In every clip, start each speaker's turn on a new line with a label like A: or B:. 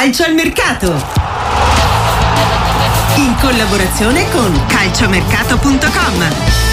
A: Calcio al mercato, in collaborazione con calciomercato.com.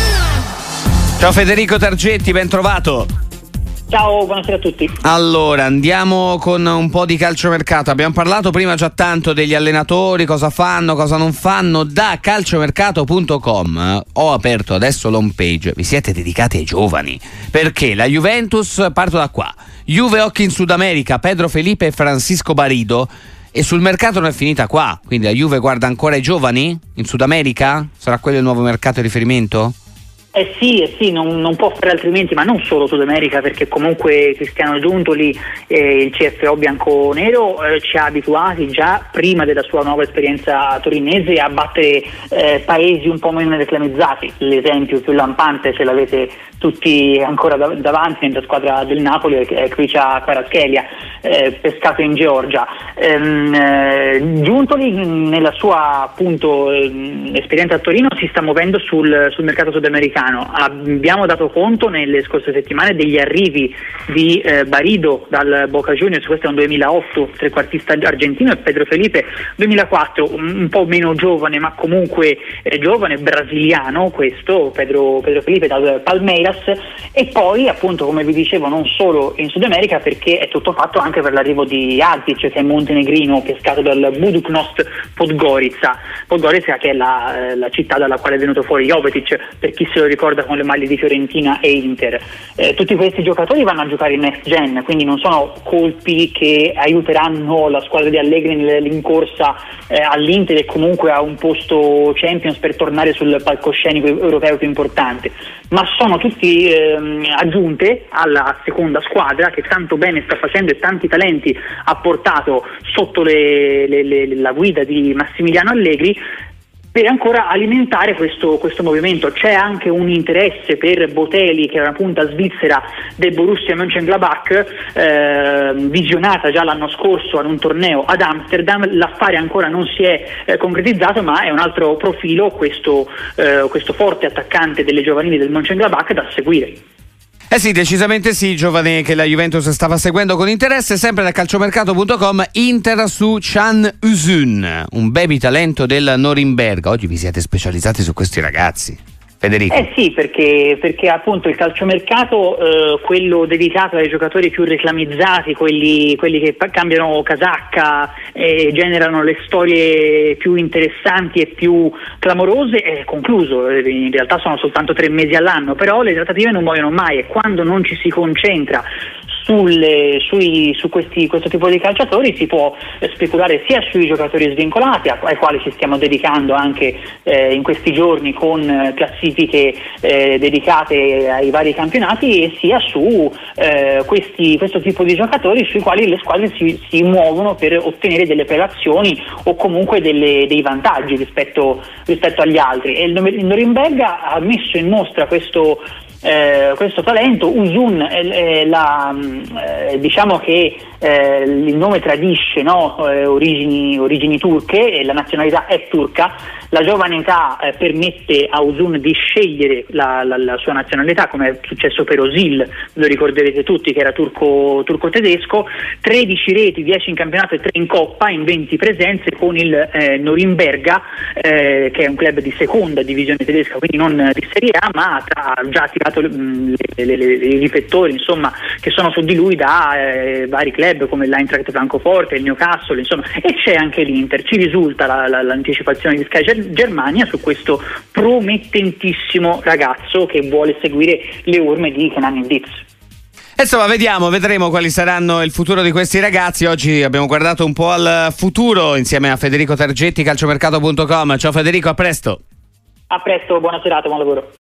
B: Ciao Federico Targetti, ben trovato.
C: Ciao, buonasera a tutti.
B: Allora, andiamo con un po' di calciomercato. Abbiamo parlato prima già tanto degli allenatori, cosa fanno, cosa non fanno. Da calciomercato.com ho aperto adesso l'home page. Vi siete dedicati ai giovani, perché la Juventus, parto da qua, Juve occhi in Sud America, Pedro Felipe e Francisco Barido, e sul mercato non è finita qua. Quindi la Juve guarda ancora i giovani in Sud America? Sarà quello il nuovo mercato di riferimento?
C: Sì, non può fare altrimenti, ma non solo Sud America, perché comunque Cristiano Giuntoli, il CFO bianconero, ci ha abituati già prima della sua nuova esperienza torinese a battere paesi un po' meno reclamizzati. L'esempio più lampante, ce l'avete tutti ancora davanti nella squadra del Napoli, è Khvicha Kvaratskhelia, pescato in Georgia. Giuntoli nella sua appunto esperienza a Torino si sta muovendo sul mercato sudamericano. Abbiamo dato conto nelle scorse settimane degli arrivi di Barido dal Boca Juniors, questo è un 2008 trequartista argentino, e Pedro Felipe 2004, un po' meno giovane ma comunque giovane, brasiliano questo, Pedro Felipe dal Palmeiras. E poi appunto, come vi dicevo, non solo in Sud America, perché è tutto fatto anche per l'arrivo di Azic, che è montenegrino, pescato dal Budućnost Podgorica, che è la città dalla quale è venuto fuori Jovetic, per chi se lo ricorda con le maglie di Fiorentina e Inter. Tutti questi giocatori vanno a giocare in next gen, quindi non sono colpi che aiuteranno la squadra di Allegri nell'incorsa all'Inter e comunque a un posto Champions per tornare sul palcoscenico europeo più importante, ma sono tutti aggiunte alla seconda squadra che tanto bene sta facendo e tanti talenti ha portato sotto la guida di Massimiliano Allegri, per ancora alimentare questo movimento. C'è anche un interesse per Botelli, che è una punta svizzera del Borussia Mönchengladbach, visionata già l'anno scorso ad un torneo ad Amsterdam. L'affare ancora non si è concretizzato, ma è un altro profilo questo forte attaccante delle giovanili del Mönchengladbach da seguire.
B: Sì, decisamente sì, giovane che la Juventus stava seguendo con interesse. Sempre da calciomercato.com, Inter su Can Uzun, un baby talento del Norimberga. Oggi vi siete specializzati su questi ragazzi, Federico.
C: Sì, perché appunto il calciomercato, quello dedicato ai giocatori più reclamizzati, quelli che cambiano casacca e generano le storie più interessanti e più clamorose, è concluso. In realtà sono soltanto 3 mesi all'anno, però le trattative non muoiono mai, e quando non ci si concentra su questo tipo di calciatori si può speculare sia sui giocatori svincolati, ai quali ci stiamo dedicando anche in questi giorni con classifiche dedicate ai vari campionati, e sia su questo tipo di giocatori sui quali le squadre si muovono per ottenere delle prelazioni o comunque dei vantaggi rispetto agli altri. E il Norimberga ha messo in mostra questo talento. Uzun diciamo che il nome tradisce, no? Origini turche, e la nazionalità è turca. La giovane età permette a Uzun di scegliere la sua nazionalità, come è successo per Özil, lo ricorderete tutti, che era turco-tedesco. 13 reti, 10 in campionato e 3 in coppa, in 20 presenze con il Norimberga, che è un club di seconda divisione tedesca, quindi non di Serie A, ma ha già tirato i riflettori, insomma, che sono su di lui da vari club come l'Eintracht Francoforte, il Newcastle, insomma, e c'è anche l'Inter. Ci risulta l'anticipazione di Sky Germania su questo promettentissimo ragazzo che vuole seguire le orme di Kenan Yıldız.
B: Insomma, vedremo quali saranno il futuro di questi ragazzi. Oggi abbiamo guardato un po' al futuro insieme a Federico Targetti, calciomercato.com. Ciao Federico, a presto.
C: A presto, buona serata, buon lavoro.